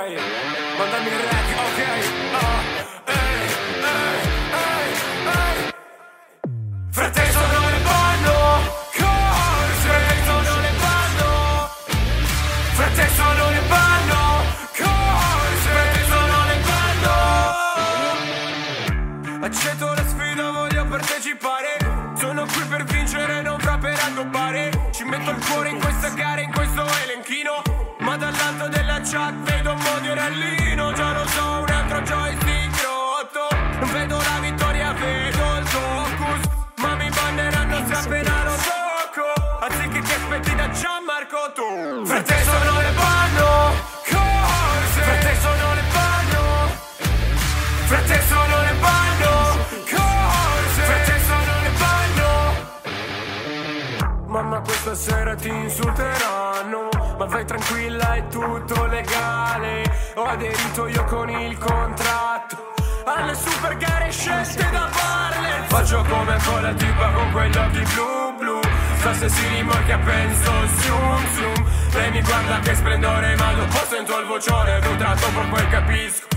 mandami il rec, ok. Frate sono le panno, corse. Frate sono le panno, frate sono le panno, corse. Frate sono le panno. Accetto la sfida, voglio partecipare. Sono qui per vincere, non fra per addobbare. Ci metto il cuore in questa gara, in questo elenchino. Ma dall'alto della chat vedo un modirellino. Già lo so, un altro joystick rotto. Non vedo la vittoria, vedo il focus. Ma mi banneranno se appena lo tocco. Anziché che aspetti da Gianmarco tu. Frate sono le panno, corse. Frate sono le panno, frate sono le panno, corse. Frate sono le panno. Mamma questa sera ti insulteranno, ma vai tranquilla, è tutto legale. Ho aderito io con il contratto alle super gare scelte da farle. Faccio come con la tipa con quegli occhi blu blu. Sa se si rimorchia penso zoom zoom. Lei mi guarda che splendore, ma dopo sento il vocione d'un tratto poi capisco